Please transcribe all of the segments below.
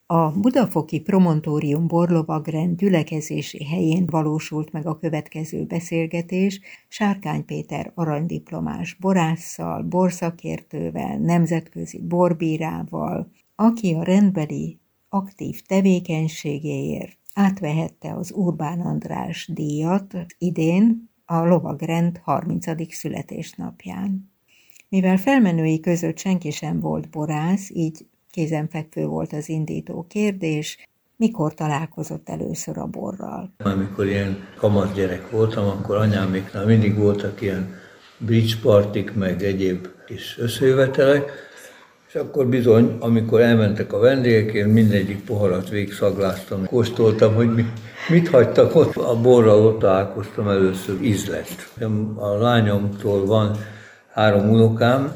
A budafoki Promontórium borlovagrend gyülekezési helyén valósult meg a következő beszélgetés Sárkány Péter aranydiplomás borásszal, borszakértővel, nemzetközi borbírával, aki a rendbeli aktív tevékenységéért átvehette az Urbán András díjat idén a lovagrend 30. születésnapján. Mivel felmenői között senki sem volt borász, így kézenfekvő volt az indító kérdés: mikor találkozott először a borral? Amikor ilyen kamatgyerek voltam, akkor anyáméknál mindig voltak ilyen bridge partik, meg egyéb kis összejövetelek, és akkor bizony, amikor elmentek a vendégek, én mindegyik poharat végigszagláztam, kóstoltam, hogy mit hagytak ott. A borral ott találkoztam először, ízlet. A lányomtól van 3 unokám,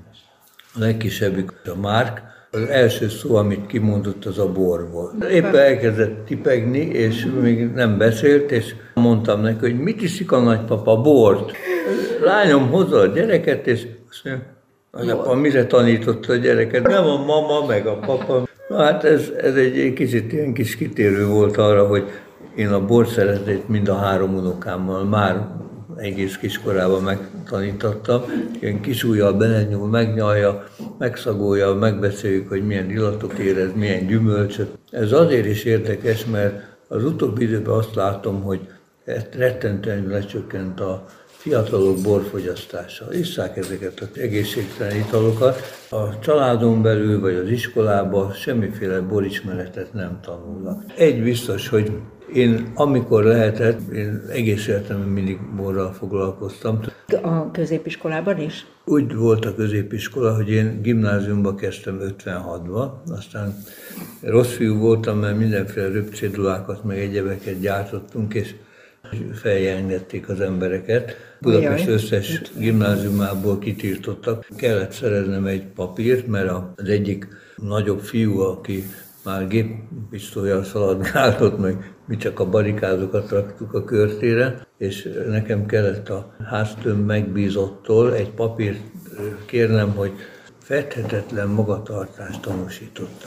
a legkisebbik a Márk. Az első szó, amit kimondott, az a bor volt. Éppen elkezdett tipegni, és még nem beszélt, és mondtam neki, hogy mit iszik a nagypapa? Bort. Lányom hozza a gyereket, és azt mondja, nagyapa mire tanította a gyereket? Nem a mama, meg a papa. Na hát ez egy kicsit ilyen kis kitérő volt arra, hogy én a borszeretét mind a 3 unokámmal már egész kiskorában megtanítottam. Ilyen kis ujjal belenyúl, megnyalja, megszagolja, megbeszéljük, hogy milyen illatot érez, milyen gyümölcsöt. Ez azért is érdekes, mert az utóbbi időben azt látom, hogy rettentően lecsökkent a fiatalok borfogyasztása. Isszák ezeket az egészségtelen italokat. A családon belül vagy az iskolában semmiféle borismeretet nem tanulnak. Egy biztos, hogy én amikor lehetett, én egész életemben mindig borral foglalkoztam. A középiskolában is? Úgy volt a középiskola, hogy én gimnáziumba kezdtem 56-ba, aztán rossz fiú voltam, mert mindenféle röpcédulákat, meg egyebeket gyártottunk, és feljelengedték az embereket. Budapest összes gimnáziumából kitiltottak. Kellett szereznem egy papírt, mert az egyik nagyobb fiú, aki már géppisztollyal szaladgáltott, meg mi csak a barikádokat raktuk a körtére, és nekem kellett a háztömb megbízottól egy papírt kérnem, hogy fedhetetlen magatartást tanúsítottam.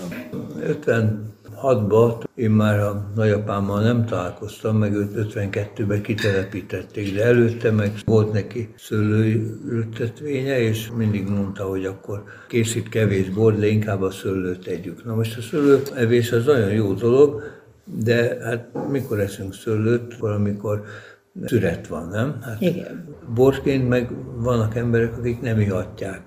56-ban én már a nagyapámmal nem találkoztam, meg őt 52-ben kitelepítették, de előtte meg volt neki szőlőültetvénye, és mindig mondta, hogy akkor készít kevés bor, de inkább a szőlőt tegyük. Na most a szőlőevés az nagyon jó dolog, de hát mikor eszünk szőlőt? Akkor, amikor szüret van, nem? Hát igen. Borként meg vannak emberek, akik nem ihatják.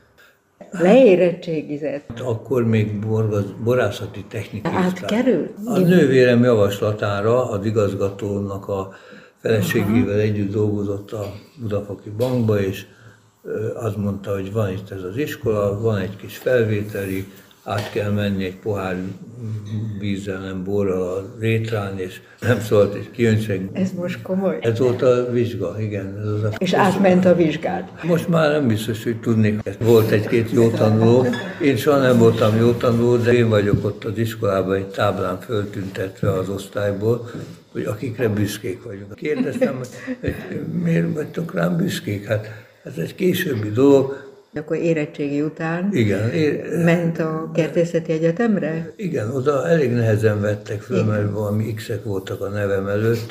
Leérettségizett. Akkor még borászati technikai átkerült? A nővérem javaslatára az igazgatónak a feleségével együtt dolgozott a Budafoki Bankba, és azt mondta, hogy van itt ez az iskola, van egy kis felvételi, át kell menni egy pohár vízzel, nem borral a rétrán, és nem szólt, és kijöntsek. Ez most komoly? Ez volt a vizsga, igen. Ez az és átment a vizsgát? Most már nem biztos, hogy tudnék. Volt egy-két jó tanuló. Én soha nem voltam jó tanuló, de én vagyok ott az iskolában egy táblán föltüntetve az osztályból, hogy akikre büszkék vagyunk. Kérdeztem, hogy miért vagytok rám büszkék? Hát ez egy későbbi dolog. Akkor érettségi után igen, ment a Kertészeti Egyetemre? Igen, oda elég nehezen vettek föl, mert valami X-ek voltak a nevem előtt,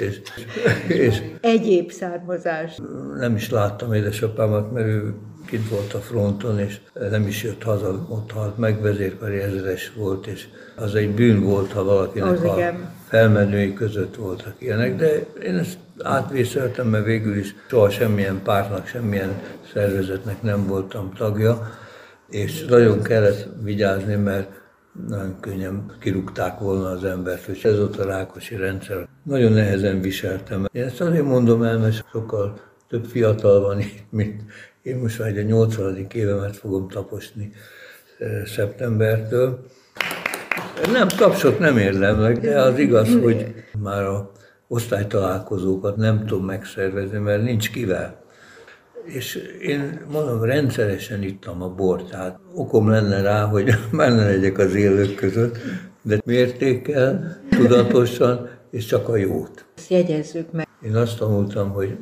és egyéb származás. Nem is láttam édesapámat, mert ő kint volt a fronton, és nem is jött haza, ott halt meg, vezérkari ezredes volt, és az egy bűn volt, ha valakinek a felmenői között voltak ilyenek, de én ezt átvészeltem, mert végül is soha semmilyen pártnak, semmilyen szervezetnek nem voltam tagja, és nagyon kellett vigyázni, mert nagyon könnyen kirúgták volna az embert, hogy ez ott a Rákosi rendszer. Nagyon nehezen viseltem. Én ezt azért mondom el, mert sokkal több fiatal van itt, mint én most már egy a 80. évemet fogom taposni szeptembertől. Nem, tapsot nem érdemlek, de az igaz, hogy már a osztálytalálkozókat nem tudom megszervezni, mert nincs kivel. És én mondom, rendszeresen ittam a bort, tehát okom lenne rá, hogy benne legyek az élők között, de mértékkel, tudatosan, és csak a jót. Ezt jegyezzük meg. Én azt tanultam, hogy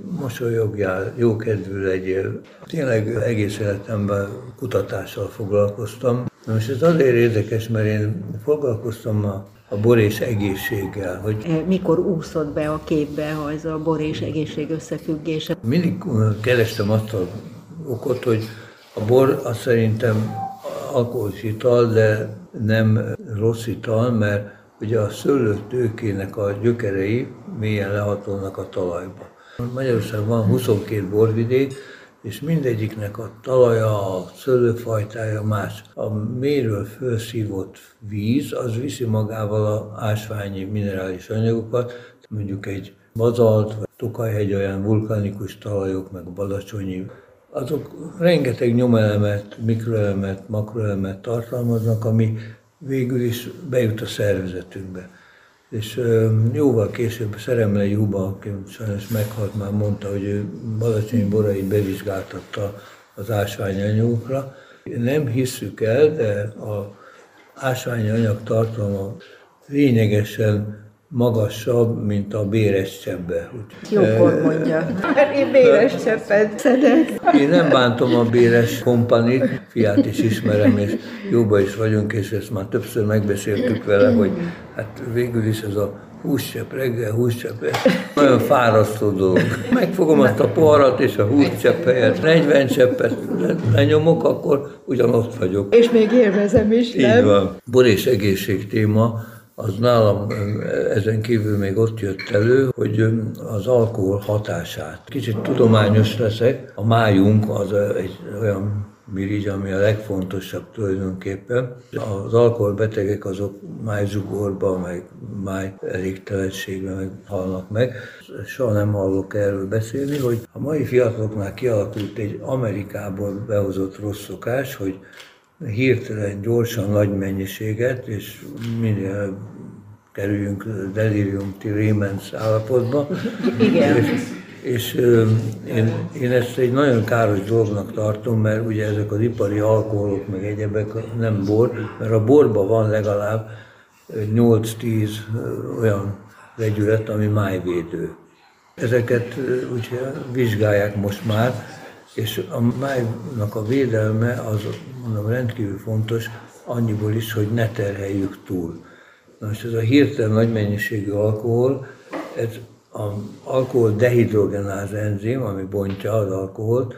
mosolyogjál, jókedvű legyél. Tényleg egész életemben kutatással foglalkoztam. Na most ez azért érdekes, mert én foglalkoztam a bor és egészséggel. Hogy mikor úszott be a képbe ez a bor és egészség összefüggése? Mindig kerestem azt az okot, hogy a bor az szerintem alkoholos ital, de nem rossz ital, mert ugye a szőlőtőkének a gyökerei mélyen lehatolnak a talajba. Magyarországon van 22 borvidék, és mindegyiknek a talaja, a szőlőfajtája más. A mélyről felszívott víz, az viszi magával az ásványi minerális anyagokat, mondjuk egy bazalt, vagy Tokaj-hegy olyan vulkanikus talajok, meg balacsonyi. Azok rengeteg nyomelemet, mikroelemet, makroelemet tartalmaznak, ami végül is bejut a szervezetünkbe. És jóval később Szeremlei Huba, aki sajnos meghalt, már mondta, hogy ő balacsonyi borait bevizsgáltatta az ásványi anyagokra. Nem hisszük el, de az ásványi anyag tartalma lényegesen magasabb, mint a béres cseppbe. Jókor mondja. Én béres cseppet szedek. Én nem bántom a béres kompanit, fiát is ismerem, és jóba is vagyunk, és ezt már többször megbeszéltük vele, hogy hát végül is ez a húscsepp reggel, húscsepp, nagyon fárasztó dolog. Megfogom azt a poharat, és a húscsepp helyett 40 cseppet lenyomok, akkor ugyanott vagyok. És még élvezem is, nem? Így van. Bor és egészség téma, az nálam ezen kívül még ott jött elő, hogy az alkohol hatását. Kicsit tudományos leszek. A májunk az egy olyan mirigy, ami a legfontosabb tulajdonképpen. Az alkoholbetegek azok májzsugorban, meg májelégtelenségben meg halnak meg. Soha nem hallok erről beszélni, hogy a mai fiataloknál kialakult egy Amerikából behozott rossz szokás, hogy hirtelen, gyorsan, nagy mennyiséget, és minél kerüljünk delirium tremens állapotba. Igen. És én ezt egy nagyon káros dolognak tartom, mert ugye ezek az ipari alkoholok, meg egyebek nem bor, mert a borban van legalább 8-10 olyan vegyület, ami májvédő. Ezeket ugye vizsgálják most már, és a májnak a védelme az, mondom, rendkívül fontos, annyiból is, hogy ne terheljük túl. Na most ez a hirtelen nagy mennyiségű alkohol, ez az alkohol dehidrogenáz enzim, ami bontja az alkoholt,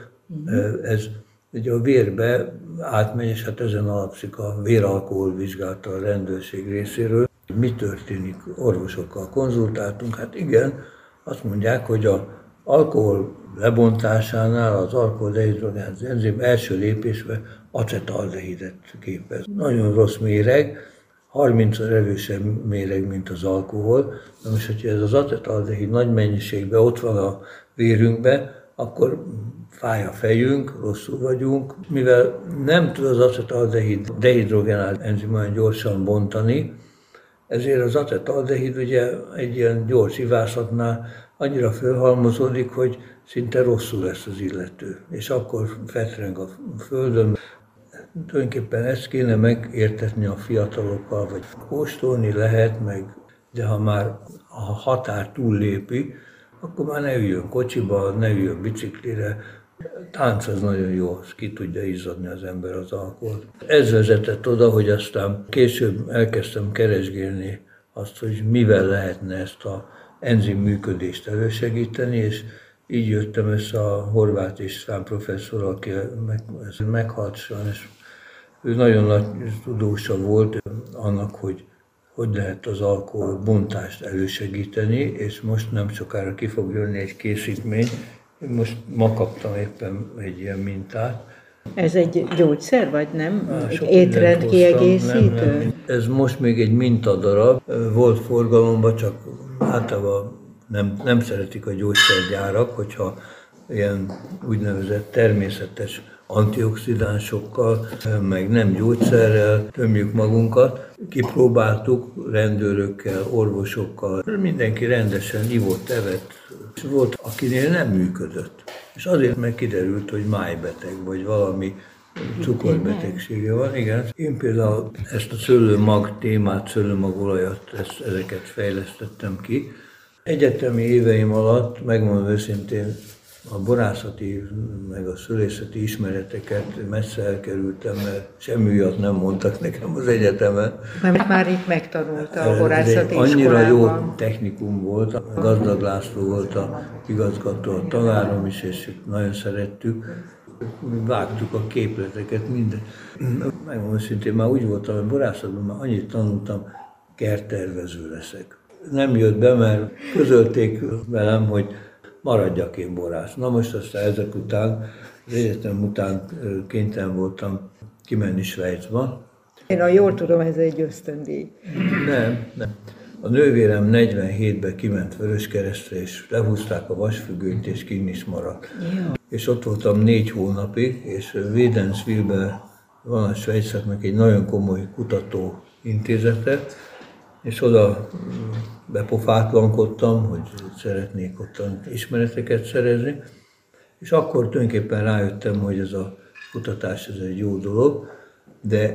ez ugye a vérbe átmegy, és hát ezen alapszik a véralkohol vizsgálata a rendőrség részéről. Mi történik? Orvosokkal konzultáltunk, hát igen, azt mondják, hogy az alkohol lebontásánál az alkohol-dehidrogenáz enzim első lépésben acetaldehidet képez. Nagyon rossz méreg, 30-szor erősebb méreg, mint az alkohol. Na most, hogyha ez az acetaldehid nagy mennyiségben ott van a vérünkben, akkor fáj a fejünk, rosszul vagyunk. Mivel nem tud az acetaldehid dehidrogenáz enzim olyan gyorsan bontani, ezért az acetaldehid ugye egy ilyen gyors ivászatnál annyira fölhalmozódik, hogy szinte rosszul lesz az illető, és akkor fetreng a földön. Tulajdonképpen ezt kéne megértetni a fiatalokkal, vagy kóstolni lehet meg, de ha már a határ túllépi, akkor már ne üljön kocsiba, ne üljön biciklire. Tánc az nagyon jó, az ki tudja izzadni az ember az alkoholt. Ez vezetett oda, hogy aztán később elkezdtem keresgélni azt, hogy mivel lehetne ezt az enzim működést elősegíteni, és így jöttem össze a Horváth István professzor, aki meghalt sajnos. Ő nagyon nagy tudósa volt annak, hogy lehet az alkohol bontást elősegíteni, és most nem sokára ki fog jönni egy készítmény. Most ma kaptam éppen egy ilyen mintát. Ez egy gyógyszer, vagy nem? Étrendkiegészítő? Nem. Ez most még egy mintadarab. Volt forgalomban, csak általában nem szeretik a gyógyszergyárak, hogyha ilyen úgynevezett természetes antioxidánsokkal, meg nem gyógyszerrel tömjük magunkat. Kipróbáltuk rendőrökkel, orvosokkal, mindenki rendesen ivott, evett, és volt, akinél nem működött. És azért meg kiderült, hogy májbeteg, vagy valami cukorbetegsége van. Igen. Én például ezt a szőlőmag témát, szőlőmagolajat, ezeket fejlesztettem ki. Egyetemi éveim alatt, megmondom őszintén, a borászati, meg a szülészeti ismereteket messze elkerültem, mert semmi olyat nem mondtak nekem az egyetemen. Mert már itt megtanulta a borászati iskolában. Annyira jó technikum volt, a Gazdag László volt a igazgató, a tanárom is, és nagyon szerettük. Vágtuk a képleteket, mindent. Megmondom szintén, már úgy voltam, hogy borászatban már annyit tanultam, kerttervező leszek. Nem jött be, mert közölték velem, hogy maradjak én borász. Na most aztán ezek után, az egyetem után kénytelen voltam kimenni Svájcba. Én jól tudom, ez egy ösztöndíj. Nem. A nővérem 47-ben kiment Vöröskeresztre, és lehúzták a vasfüggönyt, és kinn is maradt. Ja. És ott voltam 4 hónapig, és Wädenswil-ben van a Svájcnak egy nagyon komoly kutatóintézete, és oda bepofátlankodtam, hogy szeretnék ottan ismereteket szerezni, és akkor tulajdonképpen rájöttem, hogy ez a kutatás ez egy jó dolog, de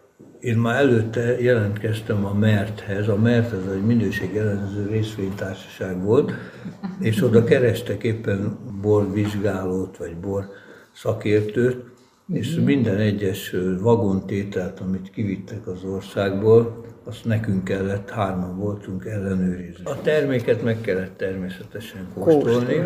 én már előtte jelentkeztem a MERT-hez. A MERT ez egy minőségellenőrző részvénytársaság volt, és oda kerestek éppen borvizsgálót vagy bor szakértőt, és minden egyes vagontételt, amit kivittek az országból, azt nekünk kellett, 3-an voltunk ellenőrizni. A terméket meg kellett természetesen kóstolni,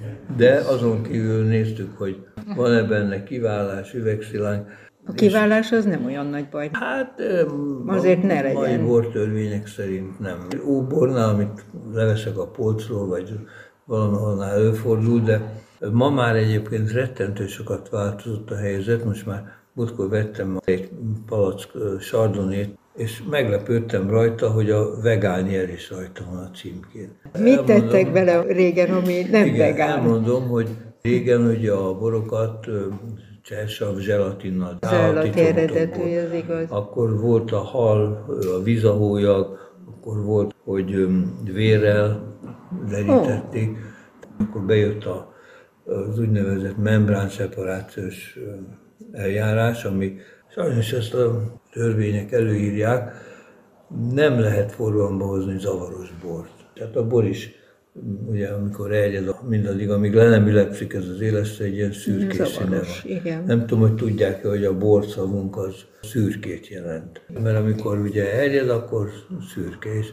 de azon kívül néztük, hogy van-e benne kiválás, üvegszilány. A kiválás az nem olyan nagy baj. Hát azért ne legyen. Mai bortörvények szerint nem. Óbornál, amit leveszek a polcról, vagy valahol előfordul, de ma már egyébként rettentő sokat változott a helyzet. Most már múltkor vettem egy palack chardonnayt, és meglepődtem rajta, hogy a vegán jel is rajta van a címkén. Mit tettek bele régen, ami nem igen, vegán? Elmondom, hogy régen ugye a borokat csersav zselatinnal eredetű, ez igaz. Akkor volt a hal, a vizahólyag, akkor volt, hogy vérrel derítették, akkor bejött az úgynevezett membránseparációs eljárás, ami sajnos ezt a törvények előírják, nem lehet forgalomba hozni zavaros bort. Tehát a bor is, ugye amikor eljed, mindaddig, amíg le nem ülepszik ez az élesztő, egy ilyen szürkés színe van. Nem tudom, hogy tudják-e, hogy a borszavunk az szürkét jelent. Mert amikor ugye eljed, akkor szürke is.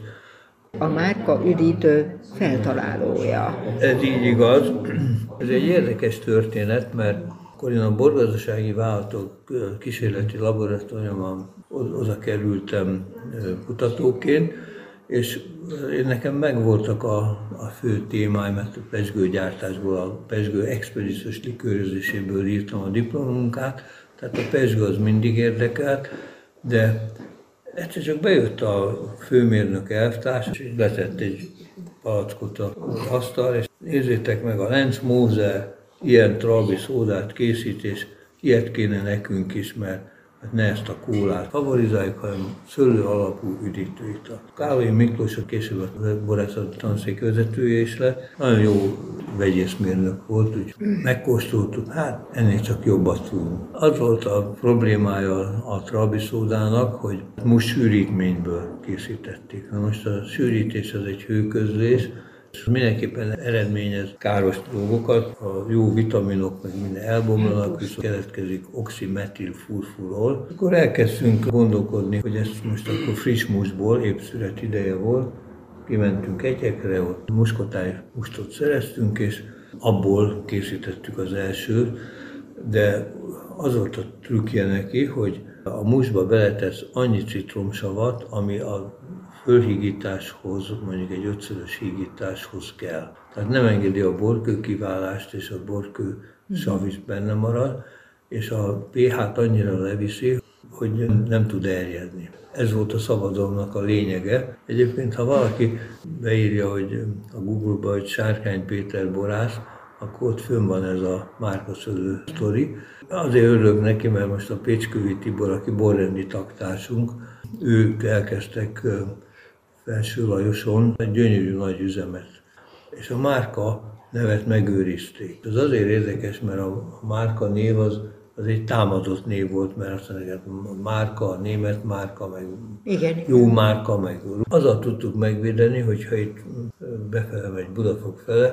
A márka üdítő feltalálója. Ez így igaz. Ez egy érdekes történet, mert akkor én a borgazdasági vállalatok kísérleti laboratóriumban oda kerültem kutatóként, és nekem megvoltak a fő témáim, mert a pezsgőgyártásból, a pezsgő expedíciós likőrözéséből írtam a diplomunkát, tehát a pezsgő az mindig érdekelt, de egyszer csak bejött a főmérnök elvtárs, és letett egy palackot az asztal, és nézzétek meg, a Lenz Mózer ilyen tralbi szódát készít, és ilyet kéne nekünk is, mert ne ezt a kólát favorizáljuk, hanem szőlő alapú üdítőit. A Kállai Miklós, a később a borászati tanszék vezetője is lett. Nagyon jó vegyészmérnök volt, úgy megkóstoltuk, hát ennél csak jobbat tudunk. Az volt a problémája a tralbi szódának, hogy most sűrítményből készítették. Na most a sűrítés az egy hőközlés, és mindenképpen eredményez káros dolgokat, a jó vitaminok meg minden elbomlanak, viszont keletkezik oximetilfurfurol. Akkor elkezdtünk gondolkodni, hogy ezt most akkor friss musból, épp szület ideje volt, kimentünk egyekre, ott muskotály mustot szereztünk, és abból készítettük az elsőt, de az volt a trükkje neki, hogy a musba beletesz annyi citromsavat, ami a fölhígításhoz, mondjuk egy 5-szörös hígításhoz kell. Tehát nem engedi a borkő kiválást, és a borkő sav is benne marad, és a pH-t annyira leviszi, hogy nem tud erjedni. Ez volt a szabadalomnak a lényege. Egyébként, ha valaki beírja, hogy a Google-ba, hogy Sárkány Péter borász, akkor ott fönn van ez a márkaszőlő sztori. Azért örülök neki, mert most a Pécskövi Tibor, aki borrendi taktársunk, ők elkezdtek Felső Lajoson egy gyönyörű nagy üzemet. És a márka nevet megőrizték. Ez azért érdekes, mert a márka név az egy támadott név volt, mert azt mondják, a márka, a német márka, meg igen, jó márka, meg azzal tudtuk megvédeni, hogyha itt befele megy Budafok fele,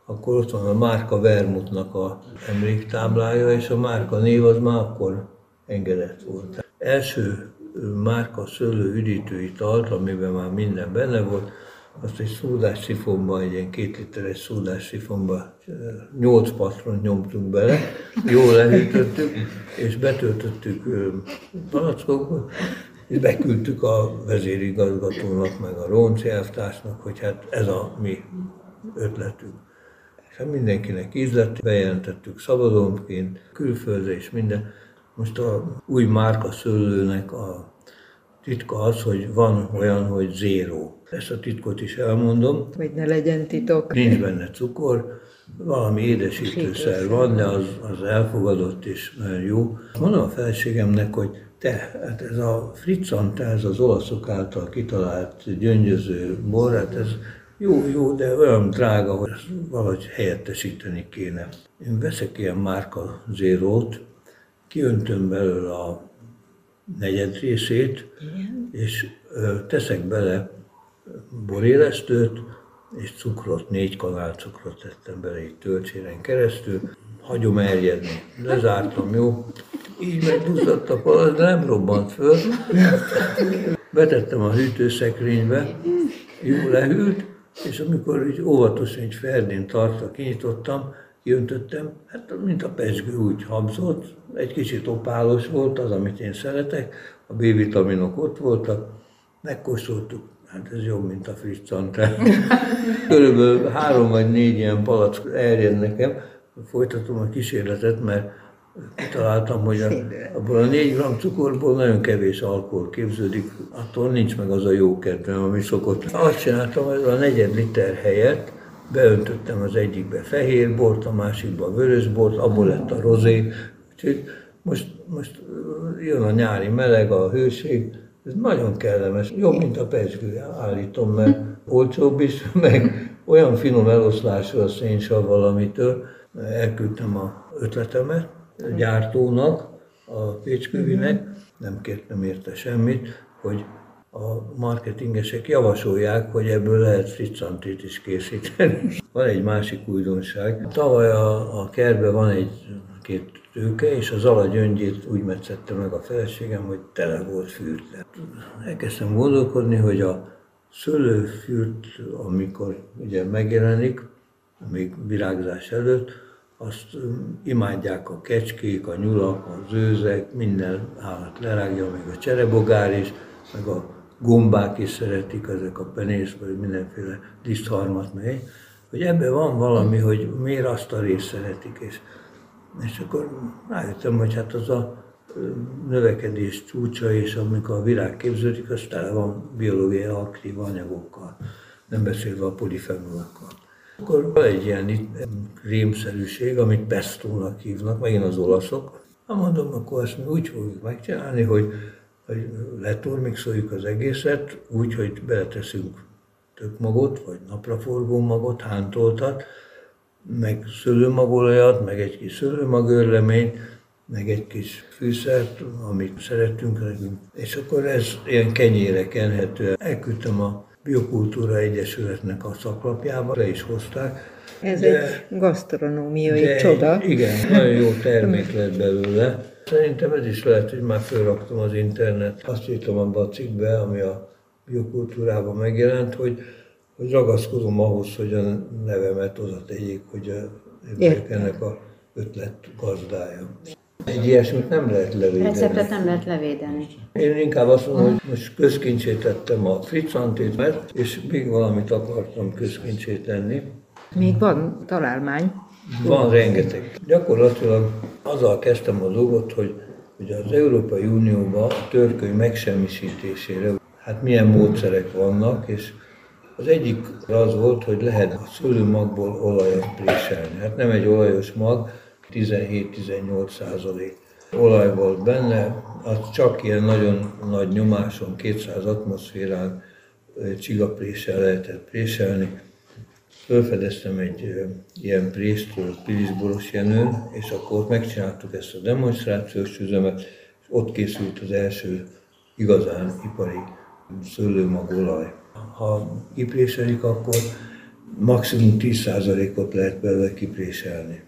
akkor ott van a márka vermutnak a emléktáblája, és a márka név az már akkor engedett volt. Első márka szőlő üdítő italt, amiben már minden benne volt, azt egy szódás szifonba, egy ilyen 2 literes szódás szifonba 8 patront nyomtunk bele, jól lehűtöttük, és betöltöttük palackokba, és beküldtük a vezérigazgatónak, meg a Rónci elvtársnak, hogy hát ez a mi ötletünk. És hát mindenkinek ízlett, bejelentettük szabadonként, külföldre és minden. Most a új márka szőlőnek a titka az, hogy van olyan, hogy zéró. Ezt a titkot is elmondom. Hogy ne legyen titok. Nincs benne cukor, valami édesítőszer van, de az elfogadott és nagyon jó. Mondom a feleségemnek, hogy hát ez a frizzante, ez az olaszok által kitalált gyöngyöző bor, hát ez jó, de olyan drága, hogy valahogy helyettesíteni kéne. Én veszek ilyen márka zérót, kiöntöm belőle a negyed részét, és teszek bele borélesztőt és cukrot, 4 kanál cukrot tettem bele egy tölcséren keresztül, hagyom erjedni, lezártam, jó, így megduzzadt a palack, de nem robbant föl, betettem a hűtőszekrénybe, jó lehűlt, és amikor így óvatosan egy ferdén tartva kinyitottam, kiöntöttem, hát mint a pezsgő úgy habzott, egy kicsit opálos volt az, amit én szeretek, a B-vitaminok ott voltak, megkóstoltuk, hát ez jobb, mint a frizzante. Körülbelül 3 vagy 4 ilyen palack erjed nekem, folytatom a kísérletet, mert kitaláltam, hogy abból a 4 g cukorból nagyon kevés alkohol képződik, attól nincs meg az a jó kedvem, ami szokott. Azt csináltam, hogy a 4 liter helyett beöntöttem az egyikbe fehér bort, a másikba vörös bort, abból lett a rozé. Úgyhogy most jön a nyári meleg, a hőség, ez nagyon kellemes, jobb, mint a pezsgő, állítom, mert olcsóbb is, meg olyan finom eloszlású a szénsav valamitől. Elküldtem az ötletemet a gyártónak, a Pécskövinek, nem kértem érte semmit, hogy a marketingesek javasolják, hogy ebből lehet frizzantét is készíteni. Van egy másik újdonság. Tavaly a kertben van egy-2 tőke, és az alagyöngyét úgy metszette meg a feleségem, hogy tele volt fürttel. Elkezdtem gondolkodni, hogy a szőlőfürt, amikor ugye megjelenik, még virágzás előtt, azt imádják a kecskék, a nyulak, az őzek, minden állat lerágja, még a cserebogár is, meg a gombák is szeretik, ezek a penész, vagy mindenféle lisztharmat meg, hogy ebben van valami, hogy miért azt a részt szeretik. És akkor rájöttem, hogy hát az a növekedés csúcsa, és amikor a virág képződik, az tele van biológiai aktív anyagokkal, nem beszélve a polifenolokkal. Akkor van egy ilyen krémszerűség, amit pestónak hívnak, megint az olaszok. Mondom, akkor ezt mi úgy fogjuk megcsinálni, hogy leturmixoljuk az egészet, úgy, hogy beleteszünk tökmagot, vagy napraforgó magot, hántoltat, meg szőlőmagolajat, meg egy kis szőlőmagőrleményt, meg egy kis fűszert, amit szeretünk, és akkor ez ilyen kenyére kenhető. Elküldtem a Biokultúra Egyesületnek a szaklapjába, le is hozták. Ez egy gasztronómiai csoda. Igen, nagyon jó termék lett belőle. Szerintem ez is lehet, hogy már felraktam az internet. Azt írtam abba a cikkbe, ami a Biokultúrában megjelent, hogy ragaszkodom ahhoz, hogy a nevemet oda tegyék, hogy ennek a ötlet gazdája. Egy ilyesmit nem lehet levédeni. Receptet nem lehet levédeni. Én inkább azt mondom, hogy most közkincsét tettem a frizzantét, és még valamit akartam közkincsét tenni. Még van találmány. Van rengeteg. Gyakorlatilag azzal kezdtem a dolgot, hogy az Európai Unióban a törköly megsemmisítésére hát milyen módszerek vannak, és az egyik az volt, hogy lehet a szőlőmagból olajat préselni. Hát nem egy olajos mag, 17-18% olaj volt benne, az csak ilyen nagyon nagy nyomáson, 200 atmoszférán csigapréssel lehetett préselni. Fölfedeztem egy ilyen prészt Pilisboros Jenőn, és akkor megcsináltuk ezt a demonstrációs üzemet, és ott készült az első igazán ipari szőlőmagolaj. Ha kipréselik, akkor maximum 10%-ot lehet belőle kipréselni.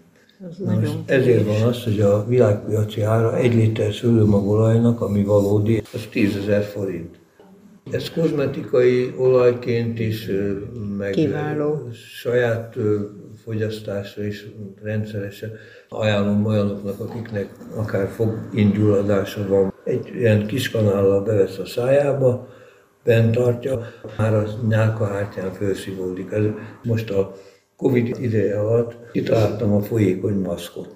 Ezért van az, hogy a világpiaci ára 1 liter szőlőmagolajnak, ami valódi, az 10 000 forint. Ez kozmetikai olajként is, meg kiváló. Saját fogyasztásra is rendszeresen ajánlom olyanoknak, akiknek akár foginduladása van. Egy ilyen kis kanállal bevesz a szájába, bent tartja, már a nyálkahártyán felszívódik. Most a Covid ideje alatt kitaláltam a folyékony maszkot.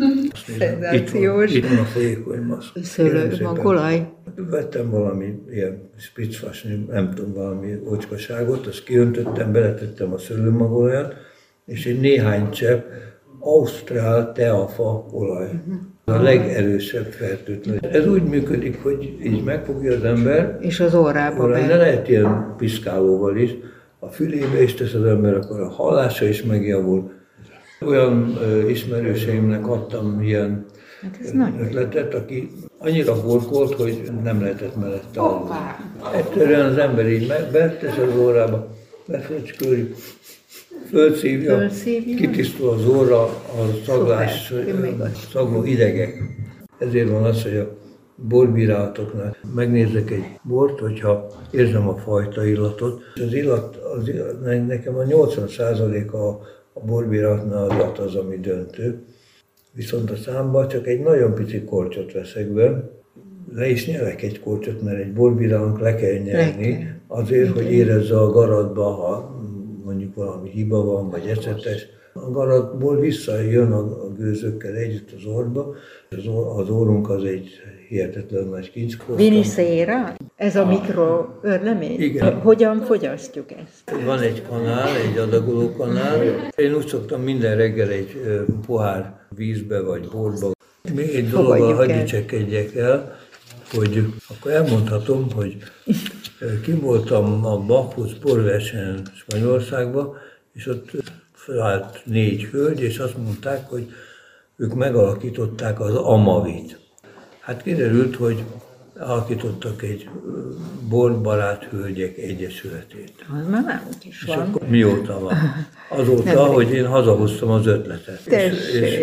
Szenzációs. Itt van a folyékony maszk. Szőlőmagolaj. Vettem valami ilyen spiccfas, nem tudom, valami ocskaságot, azt kiöntöttem, beletettem a szőlőmagolajat, és egy néhány csepp ausztrál teafa olaj. A legerősebb fertőtlen. Ez úgy működik, hogy így megfogja az ember, és az orrába be. De lehet ilyen piszkálóval is, a fülébe is tesz az ember, akkor a hallása is megjavul. Olyan ismerőseimnek adtam ilyen ötletet, aki annyira horkolt, hogy nem lehetett mellette aludni. Egyszerűen az ember így betesz az orrába, befröcsköli, fölszívja, kitisztul az orra, a szaglás, szagló idegek. Ezért van az, hogy a borbírálatoknál megnézek egy bort, hogyha érzem a fajta illatot. Az illat, nekem a 80%-a a borbírálatnál az illat az, ami döntő. Viszont a számba csak egy nagyon pici kortyot veszek be, le is nyelek egy kortyot, mert egy borbírának le kell nyelni, azért, hogy érezze a garatba, ha mondjuk valami hiba van, vagy ecetes. A garatból visszajön a gőzökkel együtt az orrba. Az orrunk az egy hihetetlen nagy kincs. Vinicera? Ez a mikroörlemény? Igen. Hogyan fogyasztjuk ezt? Van egy kanál, egy adagoló kanál. Én úgy szoktam minden reggel egy pohár vízbe vagy borba. Még egy dologgal hadd dicsekedjek el, hogy akkor elmondhatom, hogy kim voltam a Bacchus borversenyen Spanyolországban, és ott felállt 4 hölgy, és azt mondták, hogy ők megalakították az Amavit. Hát kiderült, hogy alakítottak egy borbarát hölgyek egyesületét. Az már nálunk is van. És akkor mióta van? Azóta, hogy én hazahoztam az ötletet. És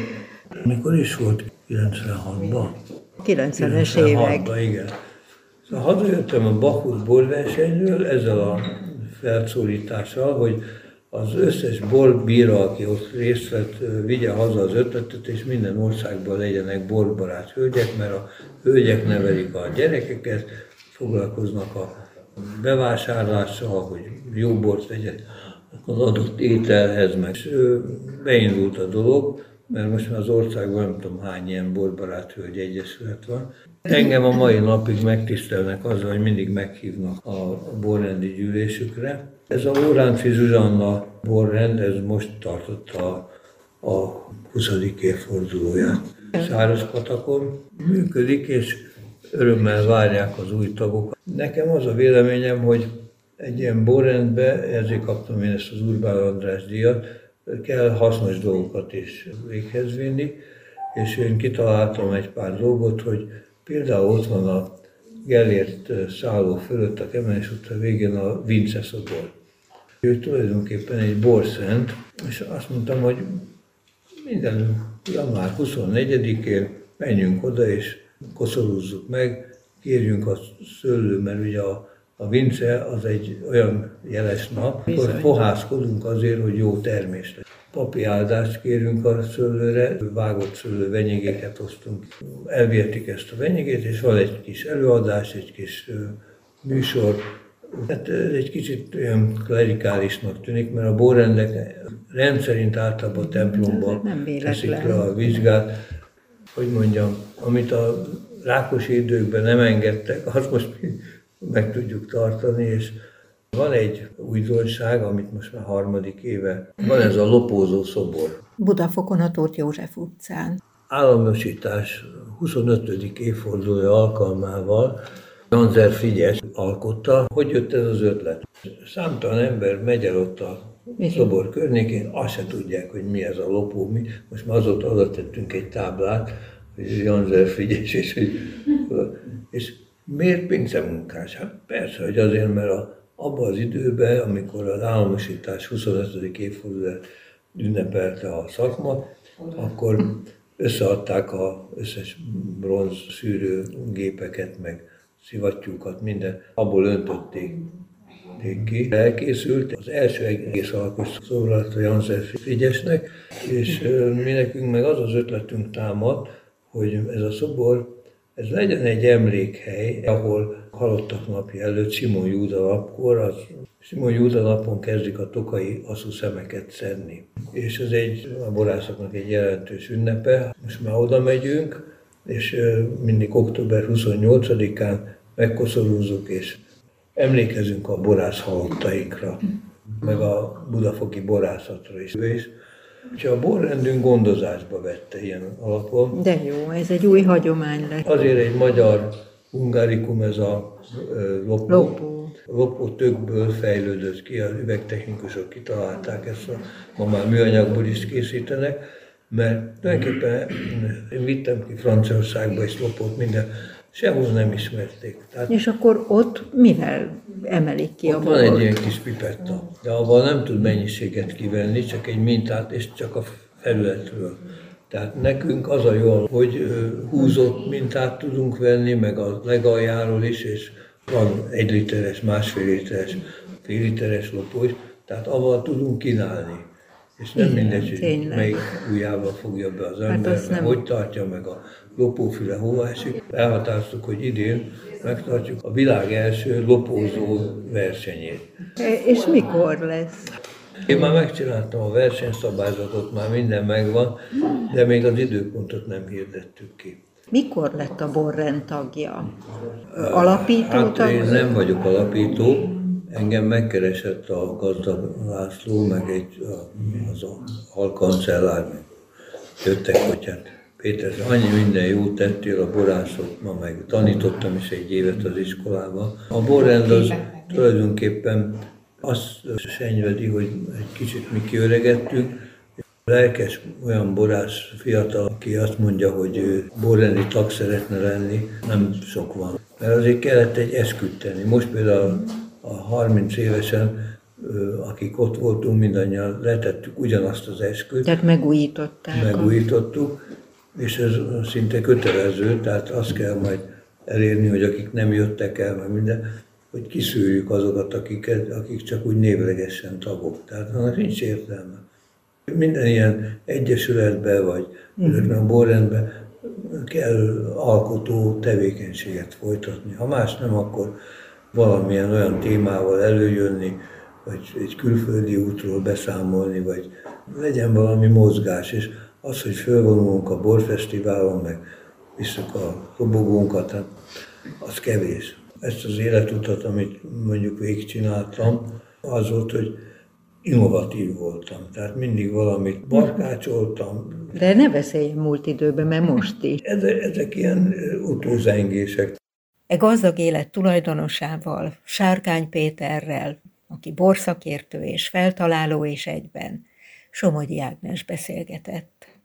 mikor is volt? 96-ban? 90-es évek. Igen. Szóval hazajöttem a Bacchus borversenyről ezzel a felszólítással, hogy az összes borbíró, aki ott részt vett, vigye haza az ötletet, és minden országban legyenek borbarát hölgyek, mert a hölgyek nevelik a gyerekeket, foglalkoznak a bevásárlással, hogy jó bort vegyek az adott ételhez, meg beindult a dolog, mert most már az országban nem tudom hány ilyen borbarát hölgy egyesület van. Engem a mai napig megtisztelnek azzal, hogy mindig meghívnak a borrendi gyűlésükre. Ez a Lóránci Zsuzsanna borrend, ez most tartotta a 20. évfordulóját. Szárazpatakon működik, és örömmel várják az új tagokat. Nekem az a véleményem, hogy egy ilyen borrendbe, ezért kaptam én ezt az Urbán András díjat, kell hasznos dolgokat is véghez vinni, és én kitaláltam egy pár dolgot, hogy például ott van a Gellért szálló fölött, a Kemenes utca végén a Vince szobor. Ő tulajdonképpen egy borszent, és azt mondtam, hogy minden január 24-én menjünk oda, és koszorúzzuk meg, kérjünk a szőlő, mert ugye a Vince az egy olyan jeles nap, hogy fohászkodunk azért, hogy jó termés legyen. Papi áldást kérünk a szőlőre, vágott szőlő venyegéket osztunk. Elvihetik ezt a venyegét, és van egy kis előadás, egy kis műsor. Hát ez egy kicsit olyan klerikálisnak tűnik, mert a borrendek rendszerint általában a templomban teszik le a vizsgát. Hogy mondjam, amit a Rákosi időkben nem engedtek, azt most meg tudjuk tartani, és van egy újdonság, amit most már 3. éve, van ez a lopózó szobor. Budafokon a Tóth József utcán. Államosítás 25. évfordulója alkalmával Janzer Frigyes alkotta. Hogy jött ez az ötlet? Számtalan ember megy el ott a szobor környékén, azt se tudják, hogy mi ez a lopó, mi. Most már azóta oda tettünk egy táblát, hogy Janzer Frigyes, és miért pincemunkás? Hát persze, hogy azért, mert abban az időben, amikor az államosítás 25. évfordulóját ünnepelte a szakma, akkor összeadták az összes bronz szűrőgépeket, meg szivattyúkat, minden, abból öntötték ki. Elkészült az első egész alakos szobrat a Janzer Frigyesnek, és mi nekünk meg az az ötletünk támad, hogy ez a szobor, ez legyen egy emlékhely, ahol halottak napja előtt Simon Júda napkor, az Simon Júda napon kezdik a tokai aszúszemeket szedni. És ez a borászoknak egy jelentős ünnepe. Most már oda megyünk, és mindig október 28-án megkoszorúzzuk, és emlékezünk a borász halottainkra, meg a budafoki borászatra is. És a borrendünk gondozásba vette ilyen alapon. De jó, ez egy új hagyomány lett. Azért egy magyar hungarikum, ez a lopó. Lopó tökből fejlődött ki, az üvegtechnikusok kitalálták ezt, ma már műanyagból is készítenek, mert tulajdonképpen én vittem ki Franciaországba és lopót, minden, sehol nem ismerték. Tehát és akkor ott mivel emelik ki a van egy ilyen kis pipetta, de abban nem tud mennyiséget kivenni, csak egy mintát, és csak a felületről. Tehát nekünk az a jó, hogy húzott mintát tudunk venni, meg a legaljáról is, és van 1 literes, 1,5 literes, fél literes lopó is, tehát avval tudunk kínálni. És nem mindegy, hogy melyik ujjával fogja be az ember, hát hogy tartja meg a lopófüle hova esik. Elhatároztuk, hogy idén megtartjuk a világ első lopózó versenyét. És mikor lesz? Én már megcsináltam a versenyszabályzatot, már minden megvan, de még az időpontot nem hirdettük ki. Mikor lett a borrend tagja? Alapító hát tag? Én nem vagyok alapító, engem megkeresett a Gazdag László, meg az a alkancellár, jöttek, hogy hát Péter, annyi minden jót tettél a borászoknak, meg tanítottam is 1 évet az iskolában. A borrend az tulajdonképpen azt senyvedi, hogy egy kicsit mi kiöregettünk. Lelkes olyan borász fiatal, aki azt mondja, hogy ő borrendi tag szeretne lenni, nem sok van. Mert azért kellett egy esküt tenni. Most például a 30 évesen, akik ott voltunk, mindannyian letettük ugyanazt az esküt. Tehát megújították. Megújítottuk, és ez szinte kötelező, tehát azt kell majd elérni, hogy akik nem jöttek el, meg minden, hogy kiszűrjük azokat, akik csak úgy névlegesen tagok. Tehát annak nincs értelme. Minden ilyen egyesületben, vagy a borrendben kell alkotó tevékenységet folytatni. Ha más nem, akkor valamilyen olyan témával előjönni, vagy egy külföldi útról beszámolni, vagy legyen valami mozgás. És az, hogy fölvonulunk a borfesztiválon, meg visszük a robogónkat, hát az kevés. Ezt az életutat, amit mondjuk végigcsináltam, az volt, hogy innovatív voltam. Tehát mindig valamit barkácsoltam. De ne beszélj múlt időben, mert most is. Ezek ilyen utózengések. Gazdag élet tulajdonosával, Sárkány Péterrel, aki borszakértő és feltaláló is egyben, Somogyi Ágnes beszélgetett.